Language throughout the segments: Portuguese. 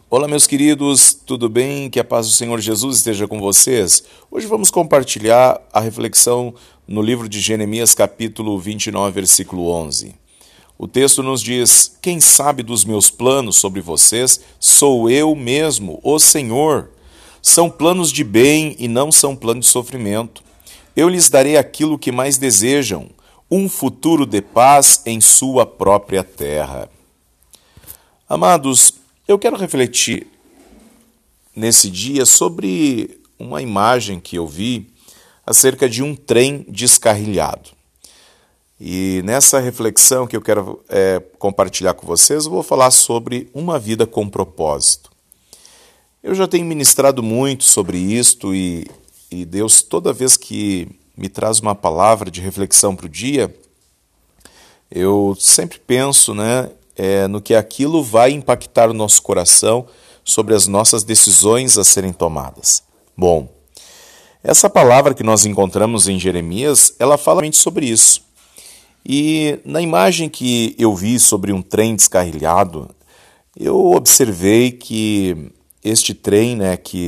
Olá, meus queridos, tudo bem? Que a paz do Senhor Jesus esteja com vocês. Hoje vamos compartilhar a reflexão no livro de Jeremias, capítulo 29, versículo 11. O texto nos diz: Quem sabe dos meus planos sobre vocês sou eu mesmo, o Senhor. São planos de bem e não são planos de sofrimento. Eu lhes darei aquilo que mais desejam, um futuro de paz em sua própria terra. Amados, eu quero refletir nesse dia sobre uma imagem que eu vi acerca de um trem descarrilhado. E nessa reflexão que eu quero compartilhar com vocês, eu vou falar sobre uma vida com propósito. Eu já tenho ministrado muito sobre isto e Deus, toda vez que me traz uma palavra de reflexão para o dia, eu sempre penso, no que aquilo vai impactar o nosso coração sobre as nossas decisões a serem tomadas. Bom, essa palavra que nós encontramos em Jeremias, ela fala sobre isso. E na imagem que eu vi sobre um trem descarrilhado, eu observei que este trem,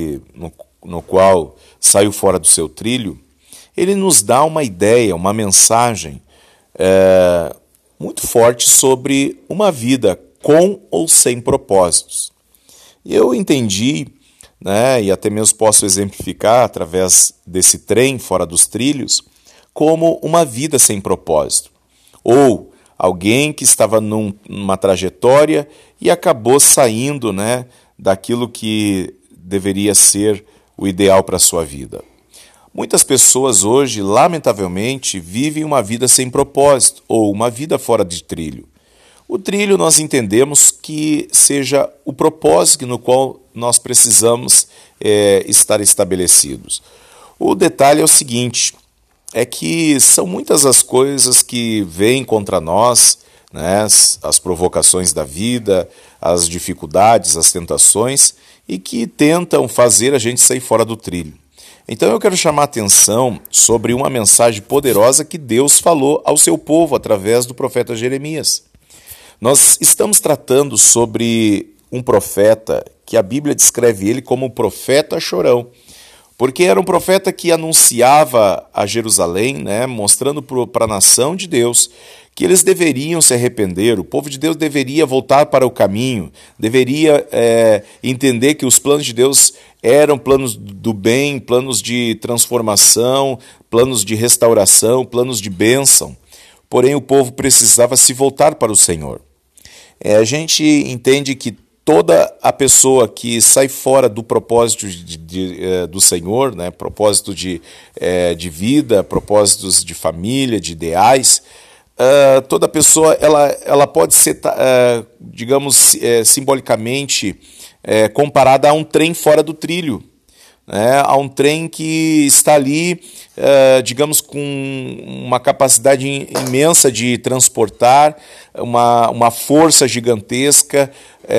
no qual saiu fora do seu trilho, ele nos dá uma ideia, uma mensagem muito forte sobre uma vida com ou sem propósitos. Eu entendi, e até mesmo posso exemplificar através desse trem fora dos trilhos, como uma vida sem propósito. Ou alguém que estava numa trajetória e acabou saindo daquilo que deveria ser o ideal para a sua vida. Muitas pessoas hoje, lamentavelmente, vivem uma vida sem propósito ou uma vida fora de trilho. O trilho nós entendemos que seja o propósito no qual nós precisamos estar estabelecidos. O detalhe é o seguinte, é que são muitas as coisas que vêm contra nós, as provocações da vida, as dificuldades, as tentações, e que tentam fazer a gente sair fora do trilho. Então eu quero chamar a atenção sobre uma mensagem poderosa que Deus falou ao seu povo através do profeta Jeremias. Nós estamos tratando sobre um profeta que a Bíblia descreve ele como o profeta chorão, porque era um profeta que anunciava a Jerusalém, mostrando para a nação de Deus que eles deveriam se arrepender, o povo de Deus deveria voltar para o caminho, deveria entender que os planos de Deus eram planos do bem, planos de transformação, planos de restauração, planos de bênção. Porém, o povo precisava se voltar para o Senhor. A gente entende que toda a pessoa que sai fora do propósito do Senhor, propósito de vida, propósitos de família, de ideais, toda pessoa ela pode ser, simbolicamente comparada a um trem fora do trilho, a um trem que está ali, com uma capacidade imensa de transportar, uma força gigantesca,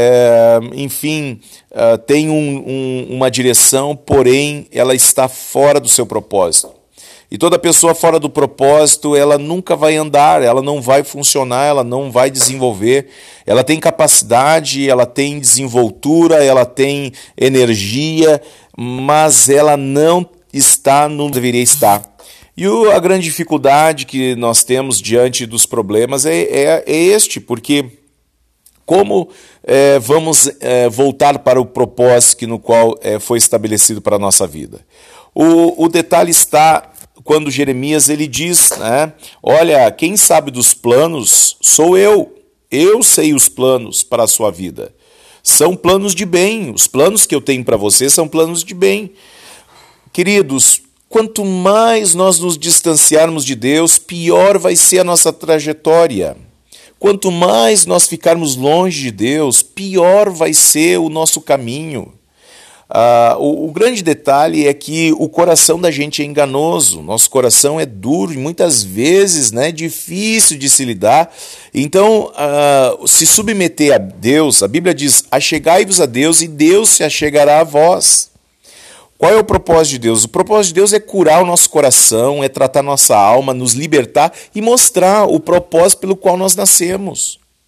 tem uma direção, porém ela está fora do seu propósito. E toda pessoa fora do propósito, ela nunca vai andar, ela não vai funcionar, ela não vai desenvolver. Ela tem capacidade, ela tem desenvoltura, ela tem energia, mas ela não está onde deveria estar. E a grande dificuldade que nós temos diante dos problemas é este, porque como vamos voltar para o propósito no qual foi estabelecido para a nossa vida? O detalhe está quando Jeremias ele diz, olha, quem sabe dos planos sou eu sei os planos para a sua vida. São planos de bem, os planos que eu tenho para você são planos de bem. Queridos, quanto mais nós nos distanciarmos de Deus, pior vai ser a nossa trajetória. Quanto mais nós ficarmos longe de Deus, pior vai ser o nosso caminho. O grande detalhe é que o coração da gente é enganoso, nosso coração é duro e muitas vezes difícil de se lidar. Então, se submeter a Deus, a Bíblia diz, achegai-vos a Deus e Deus se achegará a vós. Qual é o propósito de Deus? O propósito de Deus é curar o nosso coração, é tratar nossa alma, nos libertar e mostrar o propósito pelo qual nós nascemos.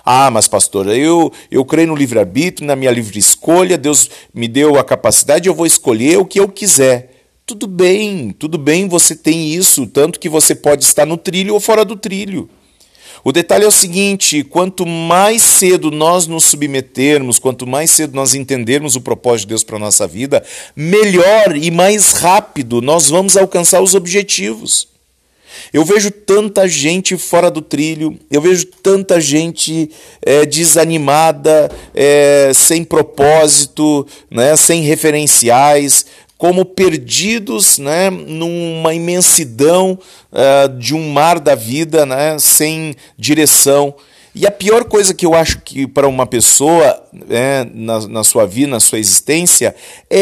Ah, mas pastor, eu creio no livre-arbítrio, na minha livre escolha, Deus me deu a capacidade, eu vou escolher o que eu quiser. Tudo bem, você tem isso, tanto que você pode estar no trilho ou fora do trilho. O detalhe é o seguinte: quanto mais cedo nós nos submetermos, quanto mais cedo nós entendermos o propósito de Deus para a nossa vida, melhor e mais rápido nós vamos alcançar os objetivos. Eu vejo tanta gente fora do trilho, eu vejo tanta gente desanimada, sem propósito, né, sem referenciais, como perdidos, né, numa imensidão de um mar da vida, né, sem direção. E a pior coisa que eu acho que para uma pessoa, na sua vida, na sua existência,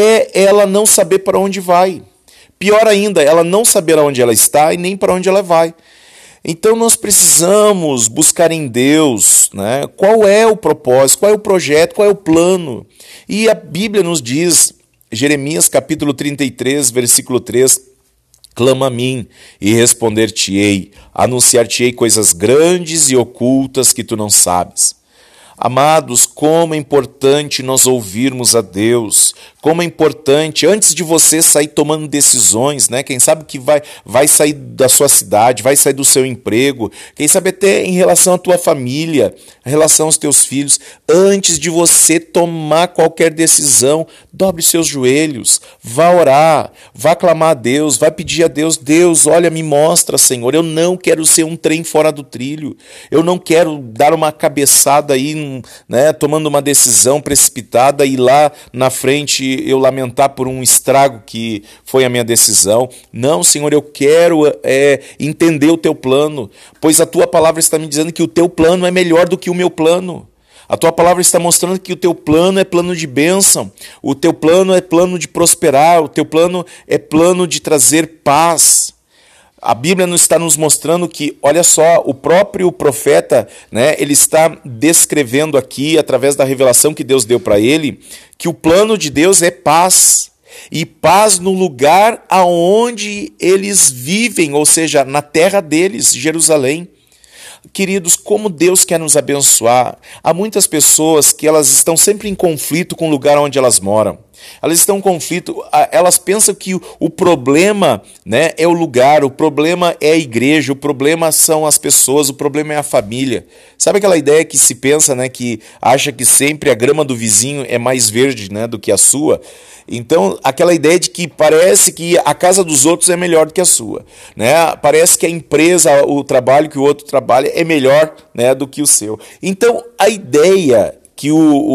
é ela não saber para onde vai. Pior ainda, ela não saber onde ela está e nem para onde ela vai. Então nós precisamos buscar em Deus, né, qual é o propósito, qual é o projeto, qual é o plano. E a Bíblia nos diz, Jeremias capítulo 33, versículo 3, clama a mim e responder-te-ei, anunciar-te-ei coisas grandes e ocultas que tu não sabes. Amados, como é importante nós ouvirmos a Deus, como é importante, antes de você sair tomando decisões, né? Quem sabe que vai sair da sua cidade, vai sair do seu emprego, quem sabe até em relação à tua família, em relação aos teus filhos, antes de você tomar qualquer decisão, dobre seus joelhos, vá orar, vá clamar a Deus, vá pedir a Deus, Deus, olha, me mostra, Senhor, eu não quero ser um trem fora do trilho, eu não quero dar uma cabeçada aí, né, tomando uma decisão precipitada e lá na frente eu lamentar por um estrago que foi a minha decisão. Não, Senhor, eu quero entender o teu plano, pois a tua palavra está me dizendo que o teu plano é melhor do que o meu plano. A tua palavra está mostrando que o teu plano é plano de bênção, o teu plano é plano de prosperar, o teu plano é plano de trazer paz. A Bíblia nos está nos mostrando que, olha só, o próprio profeta, né, ele está descrevendo aqui, através da revelação que Deus deu para ele, que o plano de Deus é paz. E paz no lugar aonde eles vivem, ou seja, na terra deles, Jerusalém. Queridos, como Deus quer nos abençoar. Há muitas pessoas que elas estão sempre em conflito com o lugar onde elas moram. Elas estão em conflito, elas pensam que o problema, né, é o lugar, o problema é a igreja, o problema são as pessoas, o problema é a família. Sabe aquela ideia que se pensa, né, que acha que sempre a grama do vizinho é mais verde, né, do que a sua? Então, aquela ideia de que parece que a casa dos outros é melhor do que a sua, né? Parece que a empresa, o trabalho que o outro trabalha é melhor, né, do que o seu. Então, a ideia que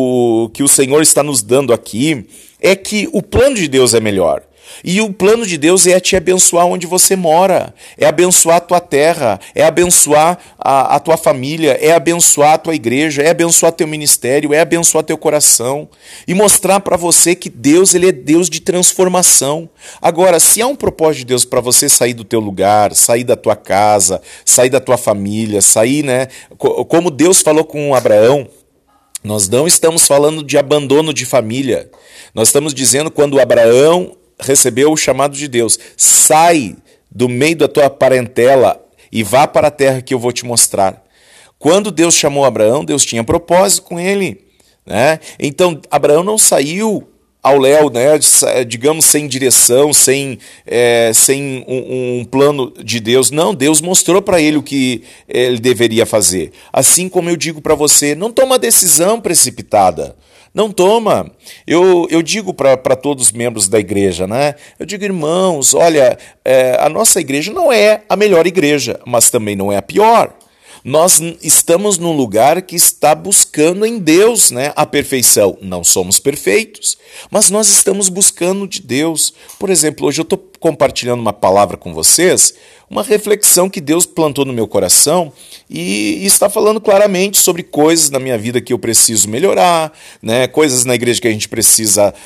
o Senhor está nos dando aqui é que o plano de Deus é melhor. E o plano de Deus é te abençoar onde você mora, é abençoar a tua terra, é abençoar a tua família, é abençoar a tua igreja, é abençoar teu ministério, é abençoar teu coração e mostrar para você que Deus, ele é Deus de transformação. Agora, se há um propósito de Deus para você sair do teu lugar, sair da tua casa, sair da tua família, sair, né, como Deus falou com Abraão, nós não estamos falando de abandono de família. Nós estamos dizendo quando Abraão recebeu o chamado de Deus, sai do meio da tua parentela e vá para a terra que eu vou te mostrar. Quando Deus chamou Abraão, Deus tinha propósito com ele, né? Então Abraão não saiu ao léu, né, digamos, sem direção, sem um plano de Deus. Não, Deus mostrou para ele o que ele deveria fazer. Assim como eu digo para você, não toma decisão precipitada. Não toma. Eu digo para todos os membros da igreja, né? Eu digo, irmãos, olha, a nossa igreja não é a melhor igreja, mas também não é a pior. Nós estamos num lugar que está buscando em Deus, né, a perfeição. Não somos perfeitos, mas nós estamos buscando de Deus. Por exemplo, hoje eu estou compartilhando uma palavra com vocês, uma reflexão que Deus plantou no meu coração e está falando claramente sobre coisas na minha vida que eu preciso melhorar, né? Coisas na igreja que a gente precisa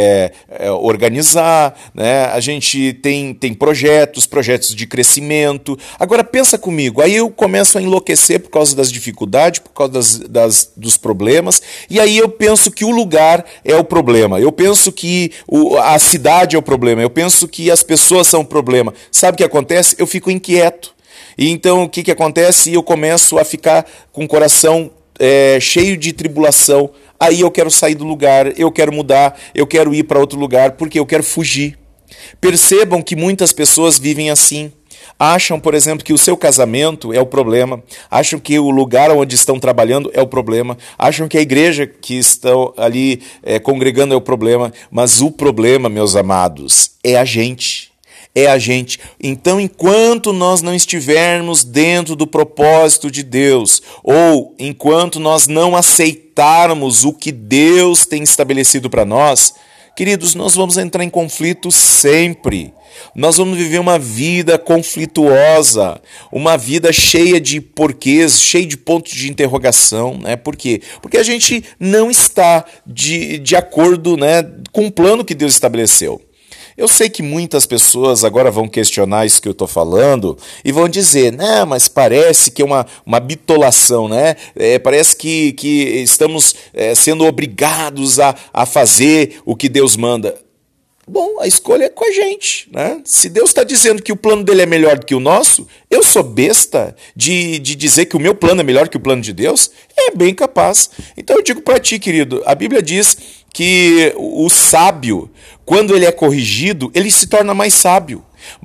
organizar, né? A gente tem projetos de crescimento. Agora pensa comigo, aí eu começo a enlouquecer por causa das dificuldades, por causa dos problemas, e aí eu penso que o lugar é o problema, eu penso que a cidade é o problema, eu penso que as pessoas são o problema. Sabe o que acontece? Eu fico inquieto. E então o que acontece? Eu começo a ficar com o coração cheio de tribulação, aí eu quero sair do lugar, eu quero mudar, eu quero ir para outro lugar, porque eu quero fugir. Percebam que muitas pessoas vivem assim. Acham, por exemplo, que o seu casamento é o problema, acham que o lugar onde estão trabalhando é o problema, acham que a igreja que estão ali congregando é o problema, mas o problema, meus amados, é a gente. É a gente. Então, enquanto nós não estivermos dentro do propósito de Deus, ou enquanto nós não aceitarmos o que Deus tem estabelecido para nós, queridos, nós vamos entrar em conflito sempre. Nós vamos viver uma vida conflituosa, uma vida cheia de porquês, cheia de pontos de interrogação, né? Por quê? Porque a gente não está de acordo, né, com o plano que Deus estabeleceu. Eu sei que muitas pessoas agora vão questionar isso que eu estou falando e vão dizer, né, mas parece que é uma bitolação, né? Parece que estamos sendo obrigados a fazer o que Deus manda. Bom, a escolha é com a gente, né? Se Deus está dizendo que o plano dele é melhor do que o nosso, eu sou besta de dizer que o meu plano é melhor que o plano de Deus? É bem capaz. Então eu digo para ti, querido, a Bíblia diz que o sábio, quando ele é corrigido, ele se torna mais sábio.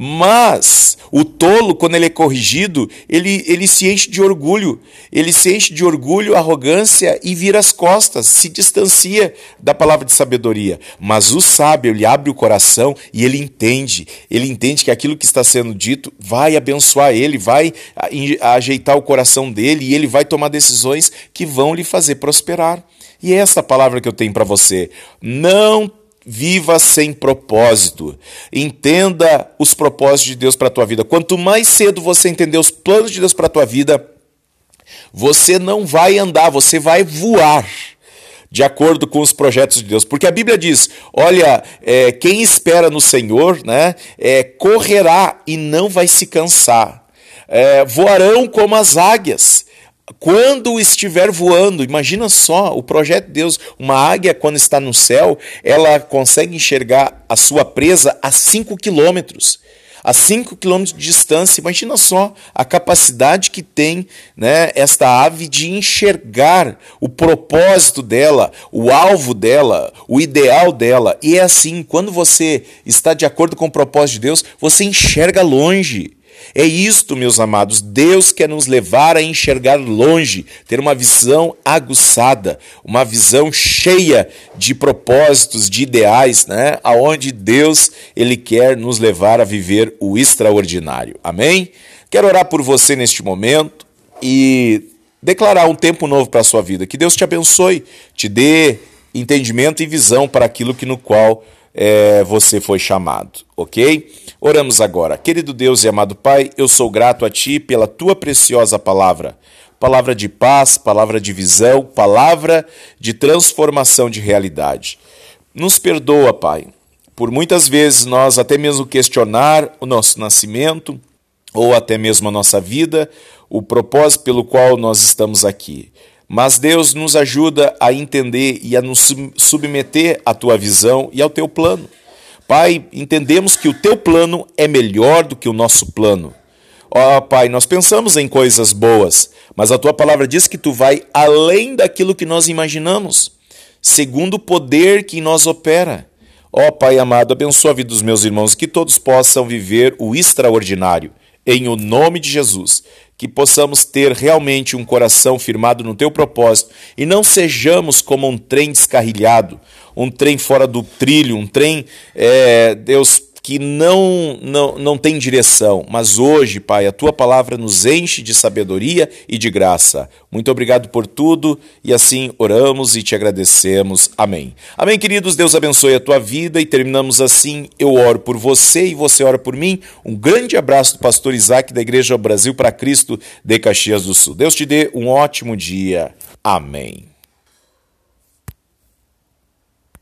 Mas o tolo, quando ele é corrigido, ele se enche de orgulho. Ele se enche de orgulho, arrogância e vira as costas, se distancia da palavra de sabedoria. Mas o sábio, ele abre o coração e ele entende que aquilo que está sendo dito vai abençoar ele, vai ajeitar o coração dele e ele vai tomar decisões que vão lhe fazer prosperar. E é essa palavra que eu tenho para você. Não viva sem propósito. Entenda os propósitos de Deus para a tua vida. Quanto mais cedo você entender os planos de Deus para a tua vida, você não vai andar, você vai voar de acordo com os projetos de Deus. Porque a Bíblia diz, olha, quem espera no Senhor, né, correrá e não vai se cansar. Voarão como as águias. Quando estiver voando, imagina só o projeto de Deus. Uma águia, quando está no céu, ela consegue enxergar a sua presa a 5 quilômetros. A 5 quilômetros de distância. Imagina só a capacidade que tem, né, esta ave de enxergar o propósito dela, o alvo dela, o ideal dela. E é assim, quando você está de acordo com o propósito de Deus, você enxerga longe. É isto, meus amados, Deus quer nos levar a enxergar longe, ter uma visão aguçada, uma visão cheia de propósitos, de ideais, né? Aonde Deus ele quer nos levar a viver o extraordinário. Amém? Quero orar por você neste momento e declarar um tempo novo para a sua vida. Que Deus te abençoe, te dê entendimento e visão para aquilo no qual você foi chamado, ok? Oramos agora. Querido Deus e amado Pai, eu sou grato a Ti pela Tua preciosa palavra. Palavra de paz, palavra de visão, palavra de transformação de realidade. Nos perdoa, Pai, por muitas vezes nós até mesmo questionar o nosso nascimento ou até mesmo a nossa vida, o propósito pelo qual nós estamos aqui. Mas Deus nos ajuda a entender e a nos submeter à Tua visão e ao Teu plano. Pai, entendemos que o Teu plano é melhor do que o nosso plano. Ó Pai, nós pensamos em coisas boas, mas a Tua palavra diz que Tu vai além daquilo que nós imaginamos, segundo o poder que em nós opera. Ó Pai amado, abençoa a vida dos meus irmãos, que todos possam viver o extraordinário. Em o nome de Jesus, que possamos ter realmente um coração firmado no Teu propósito e não sejamos como um trem descarrilhado, um trem fora do trilho, um trem, Deus, que não tem direção. Mas hoje, Pai, a Tua palavra nos enche de sabedoria e de graça. Muito obrigado por tudo e assim oramos e Te agradecemos. Amém. Amém, queridos. Deus abençoe a tua vida e terminamos assim. Eu oro por você e você ora por mim. Um grande abraço do pastor Isaac da Igreja Brasil para Cristo de Caxias do Sul. Deus te dê um ótimo dia. Amém.